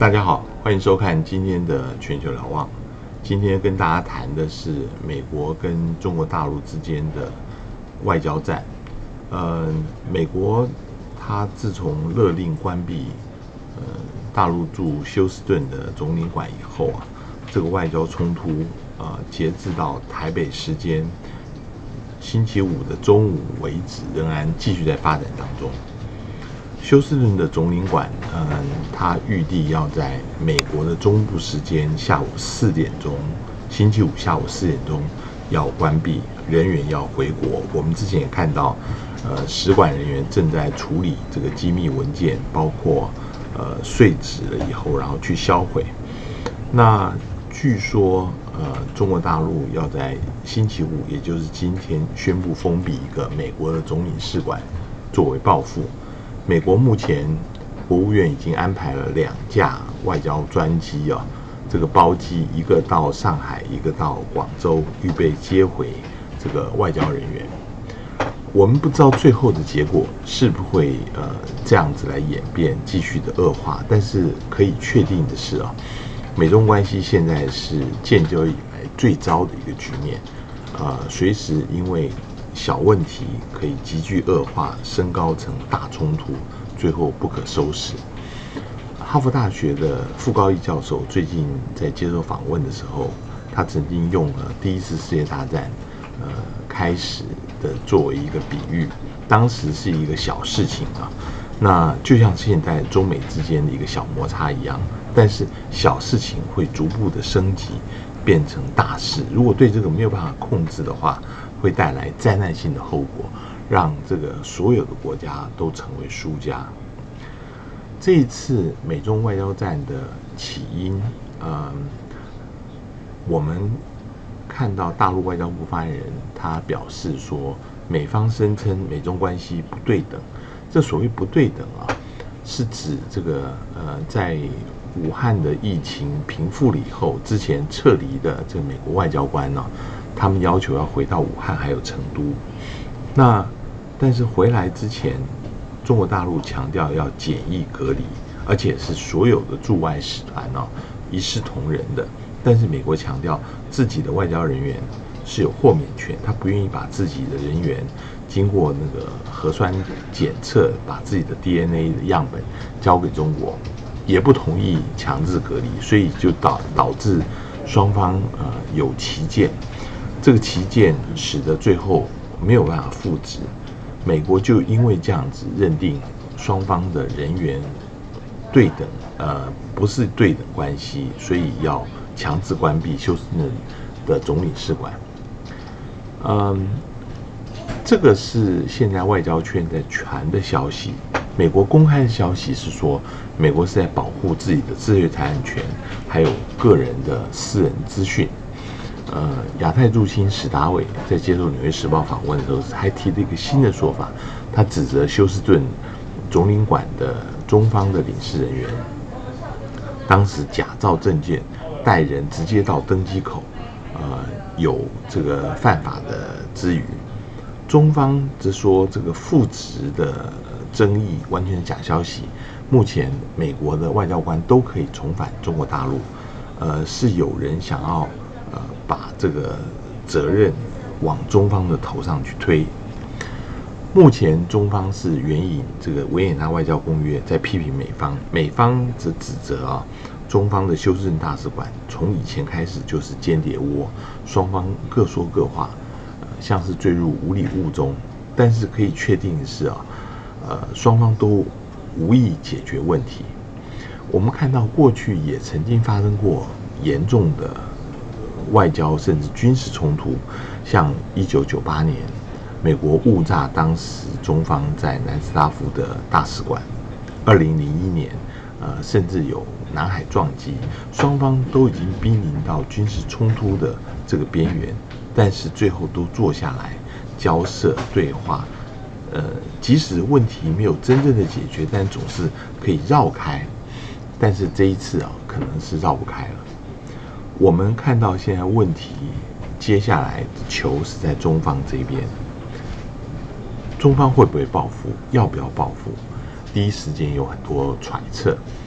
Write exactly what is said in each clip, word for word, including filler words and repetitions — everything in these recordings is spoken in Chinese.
大家好，欢迎收看今天的全球瞭望。今天跟大家谈的是美国跟中国大陆之间的外交战。呃，美国它自从勒令关闭呃大陆驻休斯顿的总领馆以后啊，这个外交冲突啊、呃，截至到台北时间星期五的中午为止，仍然继续在发展当中。休斯顿的总领馆，嗯，它预计要在美国的中部时间下午四点钟，星期五下午四点钟要关闭，人员要回国。我们之前也看到，呃，使馆人员正在处理这个机密文件，包括呃碎纸了以后，然后去销毁。那据说，呃，中国大陆要在星期五，也就是今天宣布封闭一个美国的总领事馆，作为报复。美国目前国务院已经安排了两架外交专机啊，这个包机一个到上海，一个到广州，预备接回这个外交人员。我们不知道最后的结果是不会呃这样子来演变，继续的恶化。但是可以确定的是啊，美中关系现在是建交以来最糟的一个局面，呃，随时因为小问题可以急剧恶化，升高成大冲突，最后不可收拾。哈佛大学的傅高义教授最近在接受访问的时候，他曾经用了第一次世界大战呃开始的作为一个比喻，当时是一个小事情啊，那就像现在中美之间的一个小摩擦一样，但是小事情会逐步的升级，变成大事。如果对这个没有办法控制的话，会带来灾难性的后果，让这个所有的国家都成为输家。这一次美中外交战的起因，嗯，我们看到大陆外交部发言人他表示说，美方声称美中关系不对等。这所谓不对等啊，是指这个呃，在武汉的疫情平复了以后，之前撤离的这个美国外交官呢、啊，他们要求要回到武汉还有成都。那但是回来之前，中国大陆强调要检疫隔离，而且是所有的驻外使团呢、啊、一视同仁的。但是美国强调自己的外交人员是有豁免权，他不愿意把自己的人员经过那个核酸检测，把自己的 D N A 的样本交给中国，也不同意强制隔离，所以就导导致双方呃有歧见。这个歧见使得最后没有办法复职，美国就因为这样子认定双方的人员对等，呃，不是对等关系，所以要强制关闭休斯顿的总领事馆。嗯，这个是现在外交圈在传的消息。美国公开的消息是说，美国是在保护自己的知识财产权，还有个人的私人资讯。呃，亚太驻青史达伟在接受《纽约时报》访问的时候，还提了一个新的说法，他指责休斯顿总领馆的中方的领事人员，当时假造证件，带人直接到登机口，呃，有这个犯法的之余，中方则说这个复职的争议完全是假消息。目前美国的外交官都可以重返中国大陆，呃，是有人想要呃把这个责任往中方的头上去推。目前中方是援引这个维也纳外交公约在批评美方，美方则指责啊，中方的休斯顿大使馆从以前开始就是间谍窝，双方各说各话，呃，像是坠入无里雾中。但是可以确定的是啊，呃，双方都无意解决问题。我们看到过去也曾经发生过严重的外交甚至军事冲突，像一九九八年，美国误炸当时中方在南斯拉夫的大使馆；二零零一年，呃，甚至有南海撞击，双方都已经濒临到军事冲突的这个边缘，但是最后都坐下来交涉对话。呃，即使问题没有真正的解决，但总是可以绕开。但是这一次啊，可能是绕不开了。我们看到现在问题，接下来的球是在中方这边。中方会不会报复？要不要报复？第一时间有很多揣测。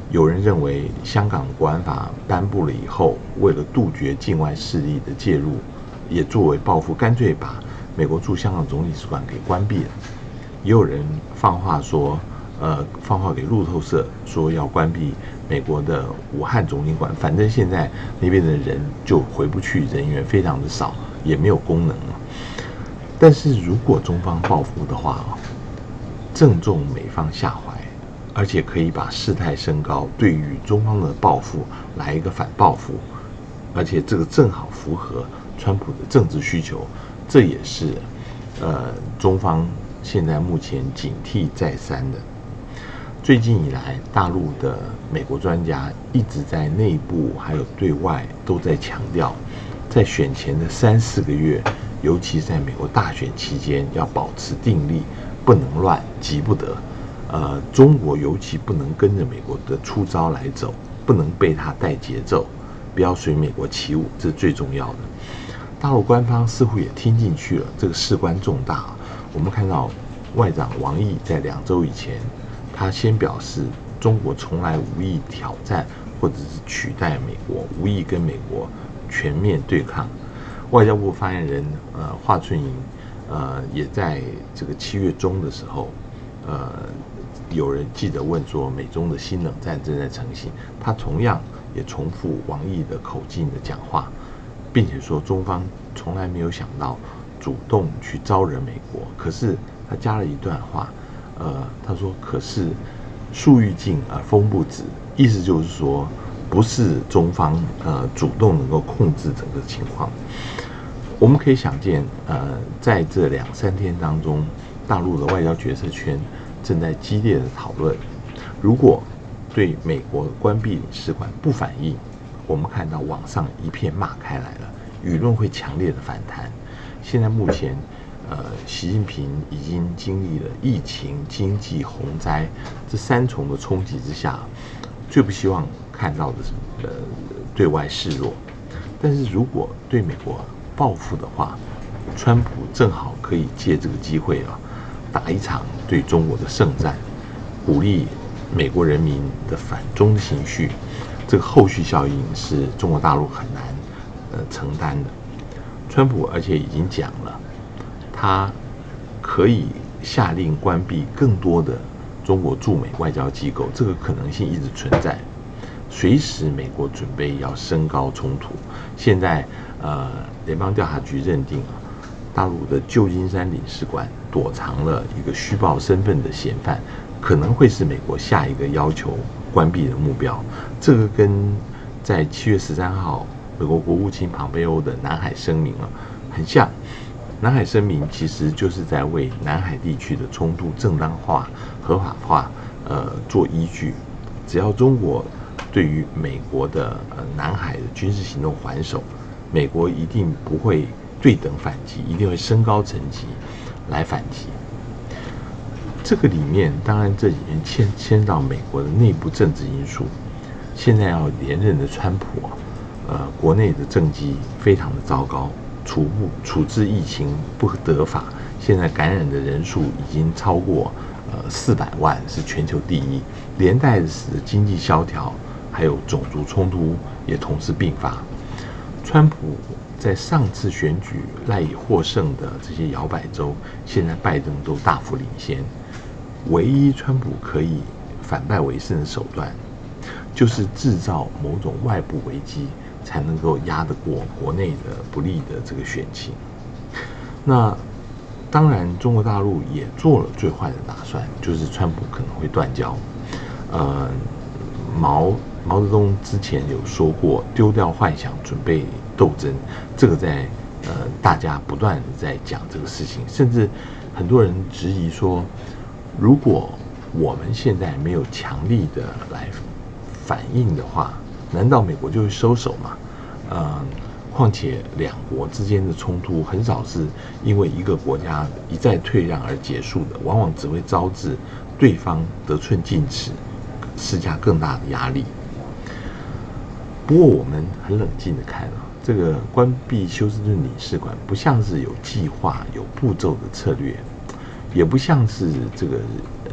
有人认为，香港国安法颁布了以后，为了杜绝境外势力的介入，也作为报复，干脆把美国驻香港总领事馆给关闭了。也有人放话说，呃，放话给路透社说要关闭美国的武汉总领馆，反正现在那边的人就回不去，人员非常的少，也没有功能了。但是如果中方报复的话，正中美方下怀。而且可以把事态升高，对于中方的报复来一个反报复，而且这个正好符合川普的政治需求，这也是呃中方现在目前警惕再三的。最近以来，大陆的美国专家一直在内部还有对外都在强调，在选前的三四个月，尤其在美国大选期间，要保持定力，不能乱，急不得。呃，中国尤其不能跟着美国的出招来走，不能被他带节奏，不要随美国起舞，这是最重要的。大陆官方似乎也听进去了，这个事关重大。我们看到外长王毅在两周以前，他先表示中国从来无意挑战或者是取代美国，无意跟美国全面对抗。外交部发言人呃华春莹呃也在这个七月中的时候，呃。有人记者问说，美中的新冷战正在成型，他同样也重复王毅的口径的讲话，并且说中方从来没有想到主动去招惹美国。可是他加了一段话，呃，他说：“可是树欲静而风不止。”意思就是说，不是中方呃主动能够控制整个情况。我们可以想见，呃，在这两三天当中，大陆的外交决策圈正在激烈的讨论，如果对美国关闭领事馆不反应，我们看到网上一片骂开来了，舆论会强烈的反弹。现在目前，呃，习近平已经经历了疫情、经济、洪灾这三重的冲击之下，最不希望看到的是呃对外示弱。但是如果对美国报复的话，川普正好可以借这个机会啊，打一场对中国的圣战，鼓励美国人民的反中的情绪，这个后续效应是中国大陆很难呃承担的。川普而且已经讲了，他可以下令关闭更多的中国驻美外交机构，这个可能性一直存在。随时美国准备要升高冲突。现在呃，联邦调查局认定啊，大陆的旧金山领事馆躲藏了一个虚报身份的嫌犯，可能会是美国下一个要求关闭的目标。这个跟在七月十三号美国国务卿庞培欧的南海声明啊很像。南海声明其实就是在为南海地区的冲突正当化、合法化呃做依据。只要中国对于美国的呃南海的军事行动还手，美国一定不会对等反击，一定会升高层级来反击。这个里面当然这里面牵牵到美国的内部政治因素。现在要连任的川普啊，呃，国内的政绩非常的糟糕，处不处置疫情不得法，现在感染的人数已经超过呃四百万，是全球第一，连带的使得经济萧条，还有种族冲突也同时并发。川普在上次选举赖以获胜的这些摇摆州，现在拜登都大幅领先。唯一川普可以反败为胜的手段，就是制造某种外部危机，才能够压得过国内的不利的这个选情。那当然，中国大陆也做了最坏的打算，就是川普可能会断交。呃，毛毛泽东之前有说过，丢掉幻想，准备斗争。这个在呃大家不断在讲这个事情，甚至很多人质疑说，如果我们现在没有强力的来反应的话，难道美国就会收手吗？呃，况且两国之间的冲突很少是因为一个国家一再退让而结束的，往往只会招致对方得寸进尺，施加更大的压力。不过我们很冷静的看啊，这个关闭休斯顿领事馆不像是有计划、有步骤的策略，也不像是这个呃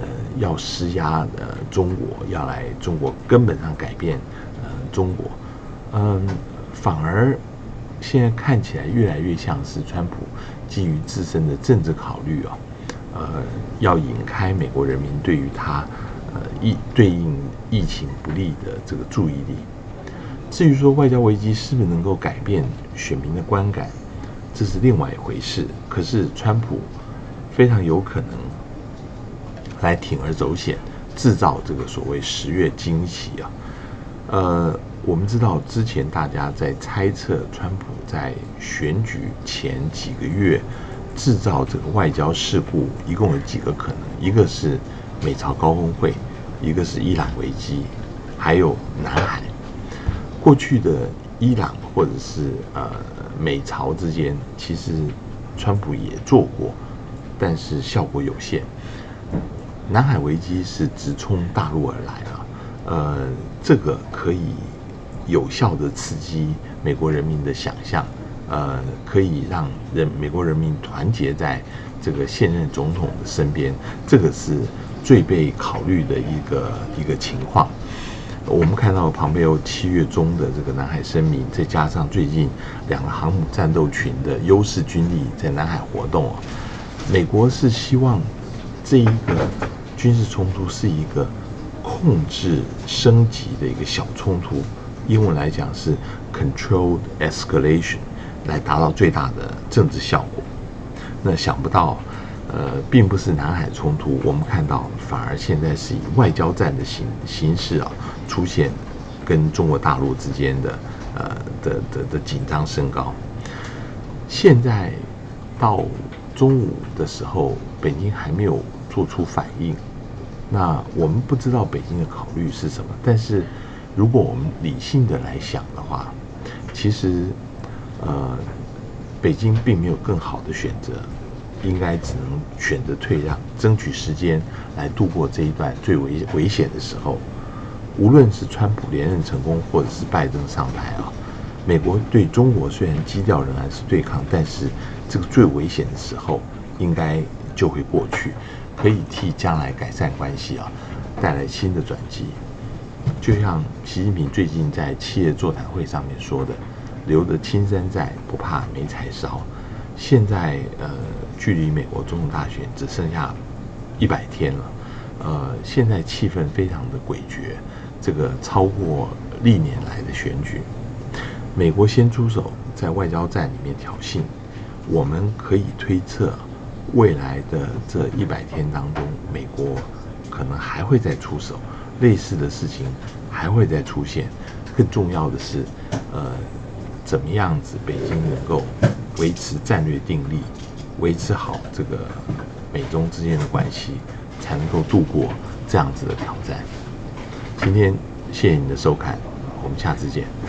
要施压呃中国，要来中国根本上改变呃中国，嗯，反而现在看起来越来越像是川普基于自身的政治考虑啊，呃，要引开美国人民对于他呃疫对应疫情不利的这个注意力。至于说外交危机是不是能够改变选民的观感，这是另外一回事。可是川普非常有可能来铤而走险，制造这个所谓十月惊喜啊。呃，我们知道之前大家在猜测川普在选举前几个月制造这个外交事故，一共有几个可能？一个是美朝高峰会，一个是伊朗危机，还有南海。过去的伊朗或者是呃美朝之间，其实川普也做过，但是效果有限。南海危机是直冲大陆而来啊，呃，这个可以有效的刺激美国人民的想象，呃，可以让人美国人民团结在这个现任总统的身边，这个是最被考虑的一个一个情况。我们看到庞培欧七月中的这个南海声明，再加上最近两个航母战斗群的优势军力在南海活动啊，美国是希望这一个军事冲突是一个控制升级的一个小冲突，英文来讲是 controlled escalation， 来达到最大的政治效果。那想不到，呃，并不是南海冲突，我们看到反而现在是以外交战的形形式啊出现，跟中国大陆之间的呃的的的紧张升高。现在到中午的时候，北京还没有做出反应，那我们不知道北京的考虑是什么。但是如果我们理性的来想的话，其实呃，北京并没有更好的选择。应该只能选择退让，争取时间来度过这一段最危危险的时候。无论是川普连任成功，或者是拜登上台啊，美国对中国虽然基调仍然是对抗，但是这个最危险的时候应该就会过去，可以替将来改善关系啊带来新的转机。就像习近平最近在企业座谈会上面说的：“留得青山在，不怕没柴烧。”现在呃，距离美国总统大选只剩下一百天了，呃，现在气氛非常的诡谲，这个超过历年来的选举。美国先出手，在外交战里面挑衅，我们可以推测，未来的这一百天当中，美国可能还会再出手，类似的事情还会再出现。更重要的是，呃，怎么样子北京能够维持战略定力，维持好这个美中之间的关系，才能够度过这样子的挑战。今天谢谢你的收看，我们下次见。